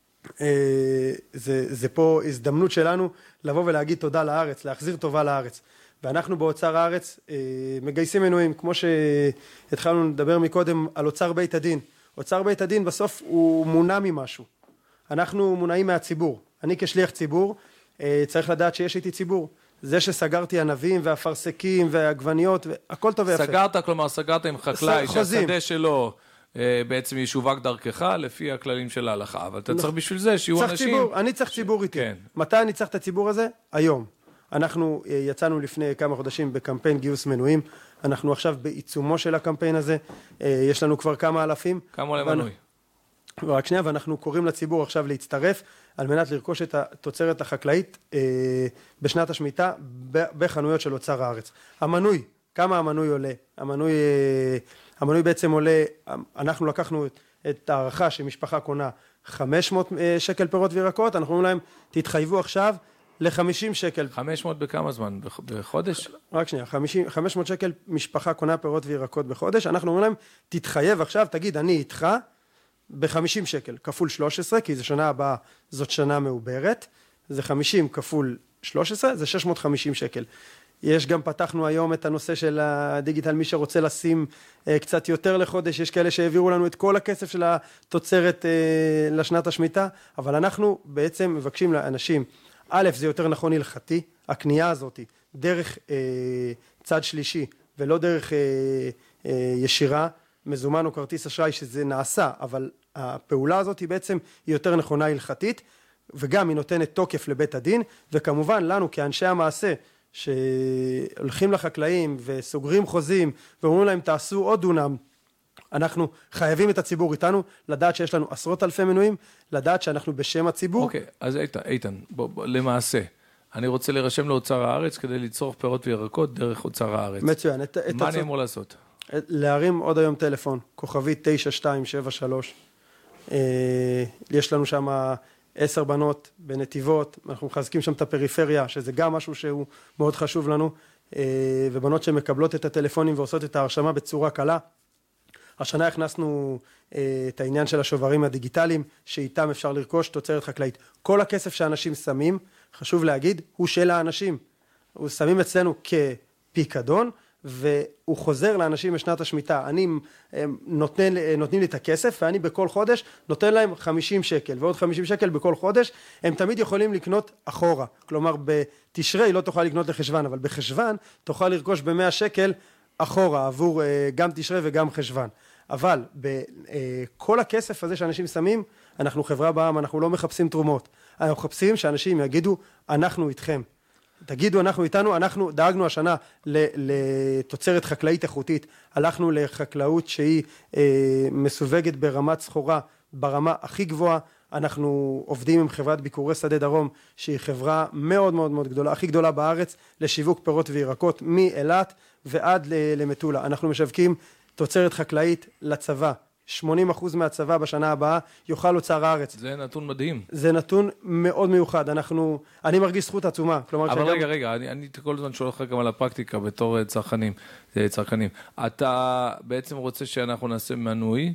זה פה הזדמנות שלנו לבוא ולהגיד תודה לארץ, להחזיר טובה לארץ. ואנחנו באוצר הארץ מגייסים מנויים, כמו שהתחלנו לדבר מקודם על אוצר בית הדין. אוצר בית הדין בסוף הוא מונע ממשהו. אנחנו מונעים מהציבור. אני כשליח ציבור צריך לדעת שיש איתי ציבור. זה שסגרתי ענבים והפרסקים והעגבניות, הכל טוב ויפה. סגרת, כלומר סגרת עם חקלאי שהשדה שלו בעצם ישווק דרכך לפי הכללים של ההלכה, אבל אתה צריך בשביל זה שיהיו אנשים... אני צריך ציבור איתי. מתי אני צריך את הציבור הזה? היום. אנחנו יצאנו לפני כמה חודשים בקמפיין גיוס מנויים, אנחנו עכשיו בעיצומו של הקמפיין הזה, יש לנו כבר כמה אלפים. כמה עולה מנוי? רק שנייה, ואנחנו קוראים לציבור עכשיו להצטרף, על מנת לרכוש את התוצרת החקלאית בשנת השמיטה בחנויות של אוצר הארץ. המנוי, כמה המנוי עולה? המנוי בעצם עולה, אנחנו לקחנו את הערכה שמשפחה קונה 500 שקל פירות וירקות, אנחנו אומרים להם, תתחייבו עכשיו, ל-50 שקל. 500 בכמה זמן? בחודש? רק שנייה, 500 שקל משפחה קונה פירות וירקות בחודש, אנחנו אומרים להם, תתחייב עכשיו, תגיד, אני איתך, ב-50 שקל, כפול 13, כי זו שנה הבאה, זאת שנה מעוברת, זה 50 כפול 13, זה 650 שקל. יש גם, פתחנו היום את הנושא של הדיגיטל, מי שרוצה לשים קצת יותר לחודש, יש כאלה שהעבירו לנו את כל הכסף של התוצרת לשנת השמיטה, אבל אנחנו בעצם מבקשים לאנשים, א', זה יותר נכון הלכתי, הקנייה הזאת דרך צד שלישי ולא דרך ישירה, מזומן או כרטיס אשראי שזה נעשה, אבל הפעולה הזאת היא בעצם היא יותר נכונה הלכתית, וגם היא נותנת תוקף לבית הדין, וכמובן לנו כאנשי המעשה, שהולכים לחקלאים וסוגרים חוזים, ואומרים להם תעשו עוד דונם, אנחנו חייבים את הציבור איתנו, לדעת שיש לנו עשרות אלפי מנויים, לדעת שאנחנו בשם הציבור. אוקיי, אז איתן, למעשה, אני רוצה להירשם לאוצר הארץ כדי לצרוך פירות וירקות דרך אוצר הארץ. מצוין. מה אני אמור לעשות? להרים עוד היום טלפון, כוכבי 9273. יש לנו שם 10 בנות בנתיבות, אנחנו מחזקים שם את הפריפריה, שזה גם משהו שהוא מאוד חשוב לנו, ובנות שמקבלות את הטלפונים ועושות את ההרשמה בצורה קלה. השנה הכנסנו את העניין של השוברים הדיגיטליים, שאיתם אפשר לרכוש תוצרת חקלאית. כל הכסף שאנשים שמים, חשוב להגיד, הוא של האנשים. הוא שמים אצלנו כפיקדון, והוא חוזר לאנשים בשנת השמיטה. נותנים לי את הכסף, ואני בכל חודש נותן להם 50 שקל, ועוד 50 שקל בכל חודש, הם תמיד יכולים לקנות אחורה. כלומר, בתשרי לא תוכל לקנות לחשבן, אבל בחשבן תוכל לרכוש ב100 שקל אחורה, עבור גם תשרי וגם חשבן. אבל בכל הכסף הזה שאנשים שמים, אנחנו חברה בעם, אנחנו לא מחפשים תרומות. אנחנו מחפשים שאנשים יגידו, אנחנו איתכם. תגידו, אנחנו איתנו, אנחנו דאגנו השנה לתוצרת חקלאית איכותית, הלכנו לחקלאות שהיא מסווגת ברמת סחורה, ברמה הכי גבוהה, אנחנו עובדים עם חברת ביקורי שדה דרום, שהיא חברה מאוד מאוד מאוד גדולה, הכי גדולה בארץ, לשיווק פירות וירקות, מאילת ועד למטולה. אנחנו משווקים תוצרת חקלאית לצבא. 80% מהצבא בשנה הבאה יוכל אוצר הארץ. זה נתון מדהים. זה נתון מאוד מיוחד. אני מרגיש זכות עצומה. אבל רגע, אני כל הזמן שואל לך גם על הפרקטיקה בתור צרכנים. אתה בעצם רוצה שאנחנו נעשה מנוי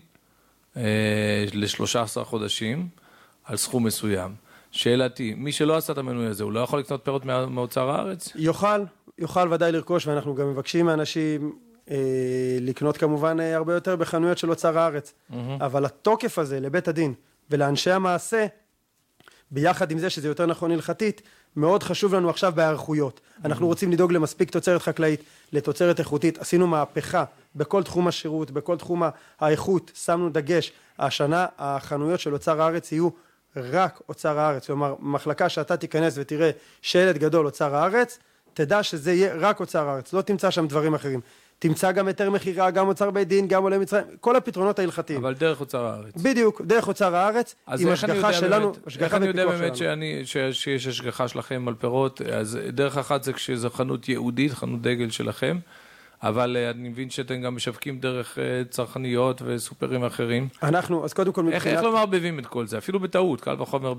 ל-13 חודשים על סכום מסוים. שאלתי, מי שלא עשה את המנוי הזה, הוא לא יכול לקנות פירות מאוצר הארץ? יוכל ודאי לרכוש, ואנחנו גם מבקשים מאנשים לקנות כמובן הרבה יותר בחנויות של אוצר הארץ. אבל התוקף הזה לבית הדין ולאנשי המעשה, ביחד עם זה שזה יותר נכון הלכתית, מאוד חשוב לנו עכשיו בהערכויות. אנחנו רוצים לדאוג למספיק תוצרת חקלאית, לתוצרת איכותית. עשינו מהפכה בכל תחום השירות, בכל תחום האיכות, שמנו דגש. השנה החנויות של אוצר הארץ יהיו רק אוצר הארץ. כלומר, מחלקה שאתה תיכנס ותראה שלט גדול אוצר הארץ, תדע שזה יהיה רק אוצר הארץ, לא תמצא שם דברים אחרים. תמצא גם יותר מחירה, גם אוצר בית דין, גם עולה מצרים, כל הפתרונות ההלכתיים. אבל דרך אוצר הארץ. בדיוק, דרך אוצר הארץ, עם השגחה שלנו, איך אני יודע באמת שיש השגחה שלכם על פירות? אז דרך אחת זה כשזו חנות יהודית, חנות דגל שלכם, אבל אני מבין שאתם גם משווקים דרך צרכניות וסופרים אחרים. אז קודם כל איך לא מערבבים את כל זה? אפילו בטעות, קל וחומר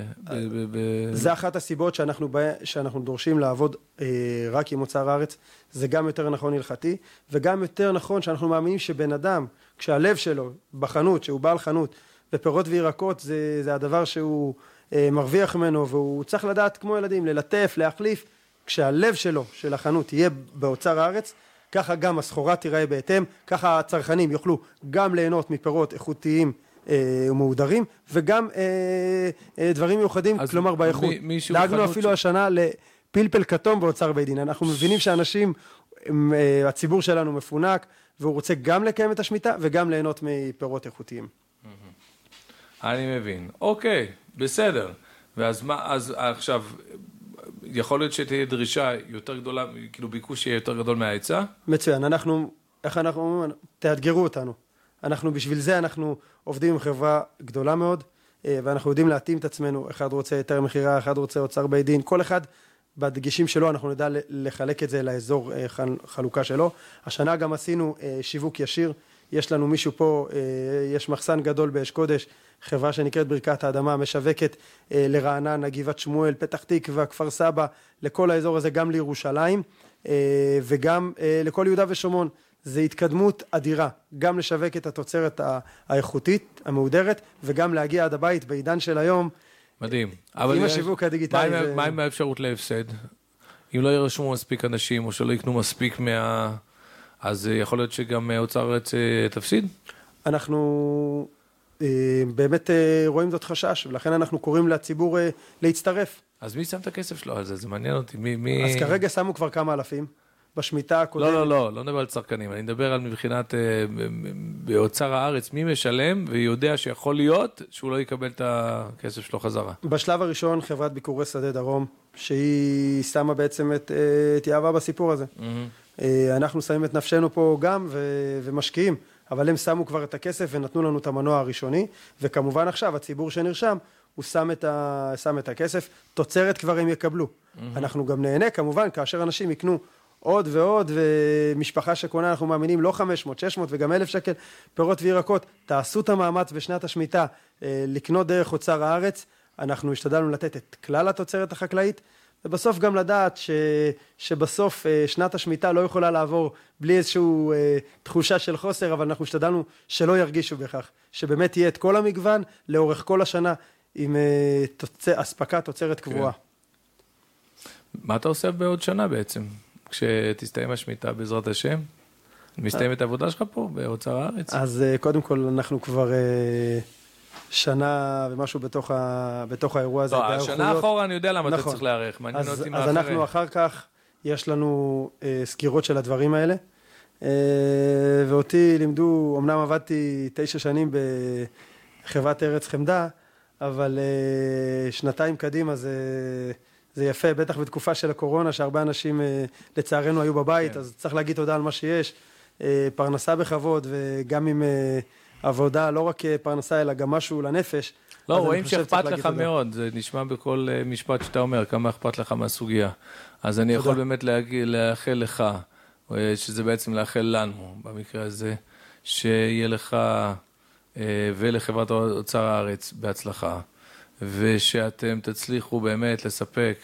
זה אחת הסיבות שאנחנו דורשים לעבוד רק עם אוצר הארץ. זה גם יותר נכון הלכתי, וגם יותר נכון שאנחנו מאמינים שבן אדם, כשהלב שלו בחנות, שהוא בעל חנות, ופירות וירקות, זה הדבר שהוא מרוויח ממנו, והוא צריך לדעת כמו ילדים, ללטף, להחליף. כשהלב שלו, של החנות, יהיה באוצר הארץ, ככה גם הסחורה תיראה בהתאם, ככה הצרכנים יוכלו גם ליהנות מפירות איכותיים ומהודרים, וגם דברים מיוחדים, כלומר באיכות. דאגנו אפילו השנה לפלפל כתום באוצר בית דין. אנחנו מבינים שאנשים, הציבור שלנו מפונק, והוא רוצה גם לקיים את השמיטה, וגם ליהנות מפירות איכותיים. אני מבין. אוקיי, בסדר. ואז מה, אז עכשיו, יכול להיות שתהיה דרישה יותר גדולה, כאילו ביקוש יהיה יותר גדול מההיצע? מצוין, איך אנחנו אומרים? תאתגרו אותנו. בשביל זה אנחנו עובדים עם חברה גדולה מאוד, ואנחנו יודעים להתאים את עצמנו, אחד רוצה יותר מחירה, אחד רוצה אוצר בית דין, כל אחד בדגשים שלו אנחנו נדע לחלק את זה לאזור חלוקה שלו. השנה גם עשינו שיווק ישיר, יש לנו מישהו פה, יש מחסן גדול באש קודש, חברה שנקראת ברכת האדמה, משווקת לרעננה, גבעת שמואל, פתח תקווה, כפר סבא, לכל האזור הזה, גם לירושלים, וגם לכל יהודה ושומרון. זה התקדמות אדירה, גם לשווק את התוצרת האיכותית, המהודרת, וגם להגיע עד הבית בעידן של היום. מדהים. עם השיווק הדיגיטלי. מה עם האפשרות להפסד? אם לא ירשמו מספיק אנשים, או שלא יקנו מספיק אז יכול להיות שגם אוצר הארץ תפסיד? אנחנו באמת רואים זאת חשש, ולכן אנחנו קוראים לציבור להצטרף. אז מי שם את הכסף שלו על זה? זה מעניין אותי. אז כרגע שמו כבר כמה אלפים. בשמיטה הקודמת. לא נדבר על צרכנים, אני מדבר על מבחינת באוצר הארץ, מי משלם ויודע שיכול להיות שהוא לא יקבל את הכסף שלו חזרה. בשלב הראשון חברת ביקורי שדה דרום, שהיא שמה בעצם את יהבה בסיפור הזה. אנחנו שמים את נפשנו פה גם ומשקיעים. אבל הם שמו כבר את הכסף ונתנו לנו את המנוע הראשוני, וכמובן עכשיו הציבור שנרשם, הוא שם את הכסף, תוצרת כבר הם יקבלו. אנחנו גם נהנה כמובן, כאשר אנשים יקנו עוד ועוד, ומשפחה שקונה, אנחנו מאמינים, לא 500, 600 וגם 1,000 שקל, פירות וירקות, תעשו את המאמץ בשנת השמיטה, לקנות דרך אוצר הארץ, אנחנו השתדלנו לתת את כלל התוצרת החקלאית, ובסוף גם לדעת שבסוף שנת השמיטה לא יכולה לעבור בלי איזושהי תחושה של חוסר, אבל אנחנו השתדלנו שלא ירגישו בכך, שבאמת יהיה את כל המגוון לאורך כל השנה, עם אספקת תוצרת קבועה. מה אתה עושה בעוד שנה בעצם? כשתסתיים השמיטה בעזרת השם? מסתיימת העבודה שלך פה באוצר הארץ? אז קודם כל אנחנו כבר שנה ומשהו בתוך האירוע הזה. לא, השנה אחורה אני יודע למה אתה צריך להיערך. מעניין אותי מה אחרי. אז אנחנו אחר כך, יש לנו סקירות של הדברים האלה, ואותי לימדו, אמנם עבדתי 9 שנים בחברת ארץ חמדה, אבל שנתיים קדימה זה יפה, בטח בתקופה של הקורונה, שהרבה אנשים לצערנו היו בבית, כן. אז צריך להגיד תודה על מה שיש, פרנסה בכבוד, וגם עם עבודה, לא רק פרנסה, אלא גם משהו לנפש. לא, רואים שאכפת לך מאוד, זה נשמע בכל משפט שאתה אומר, כמה אכפת לך מהסוגיה. אז אני יכול באמת לאחל לך, שזה בעצם לאחל לנו, במקרה הזה, שיהיה לך ולחברת אוצר הארץ בהצלחה. ושאתם תצליחו באמת לספק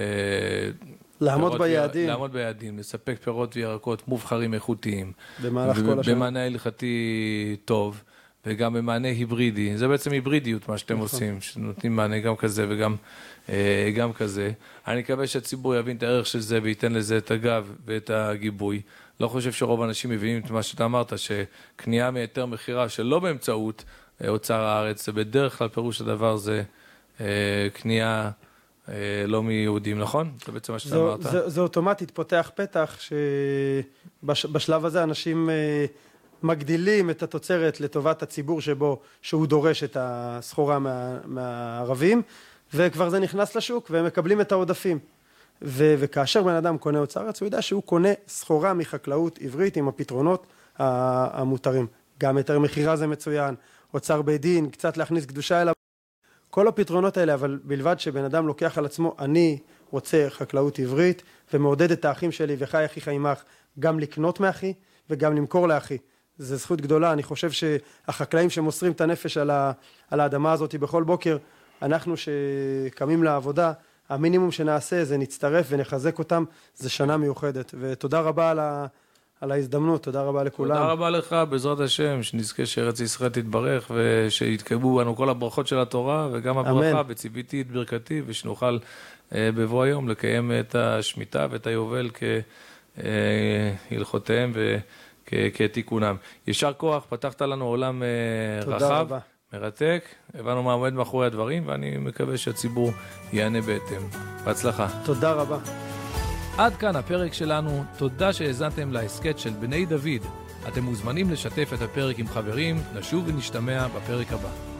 לעמוד ביעדים, לספק פירות וירקות מובחרים איכותיים, במהלך כל השנה. במענה הלכתי טוב, וגם במענה היברידי, זה בעצם היברידיות מה שאתם עושים, שנותנים מענה גם כזה וגם כזה. אני מקווה שהציבור יבין את הערך של זה וייתן לזה את הגב ואת הגיבוי. לא חושב שרוב האנשים מבינים את מה שאתה אמרת, שקנייה מיתר מחירה שלא באמצעות אוצר הארץ, זה בדרך כלל פירוש הדבר זה קנייה לא מיהודים, נכון? זה בעצם מה שאתה אמרת. זה אוטומטית פותח פתח שבשלב הזה אנשים מגדילים את התוצרת לטובת הציבור שהוא דורש את הסחורה מהערבים, וכבר זה נכנס לשוק והם מקבלים את העודפים. וכאשר בן אדם קונה אוצר הארץ, הוא יודע שהוא קונה סחורה מחקלאות עברית עם הפתרונות המותרים. גם יותר מחירה זה מצוין, אוצר בית דין, קצת להכניס קדושה אליו. כל הפתרונות האלה, אבל בלבד שבן אדם לוקח על עצמו, אני רוצה חקלאות עברית, ומעודד את האחים שלי, וחי אחיך עמך, גם לקנות מאחי, וגם למכור לאחי. זו זכות גדולה, אני חושב שהחקלאים שמוסרים את הנפש על האדמה הזאת בכל בוקר, אנחנו שקמים לעבודה, המינימום שנעשה זה נצטרף ונחזק אותם, זה שנה מיוחדת, ותודה רבה על ההזדמנות, תודה רבה לכולם. תודה רבה לך, בעזרת השם, שנזכה שארץ ישראל תתברך, ושיתקבלו בנו כל הברכות של התורה, וגם הברכה, וציוויתי את ברכתי, ושנוכל בבוא היום לקיים את השמיטה ואת היובל כהלכותיהם וכתיקונם. ישר כוח, פתחת לנו עולם רחב, מרתק, הבנו מה עומד מאחורי הדברים, ואני מקווה שהציבור יענה בהתאם. בהצלחה. תודה רבה. עד כאן הפרק שלנו, תודה שהאזנתם להסכת של בני דוד. אתם מוזמנים לשתף את הפרק עם חברים, נשוב ונשתמע בפרק הבא.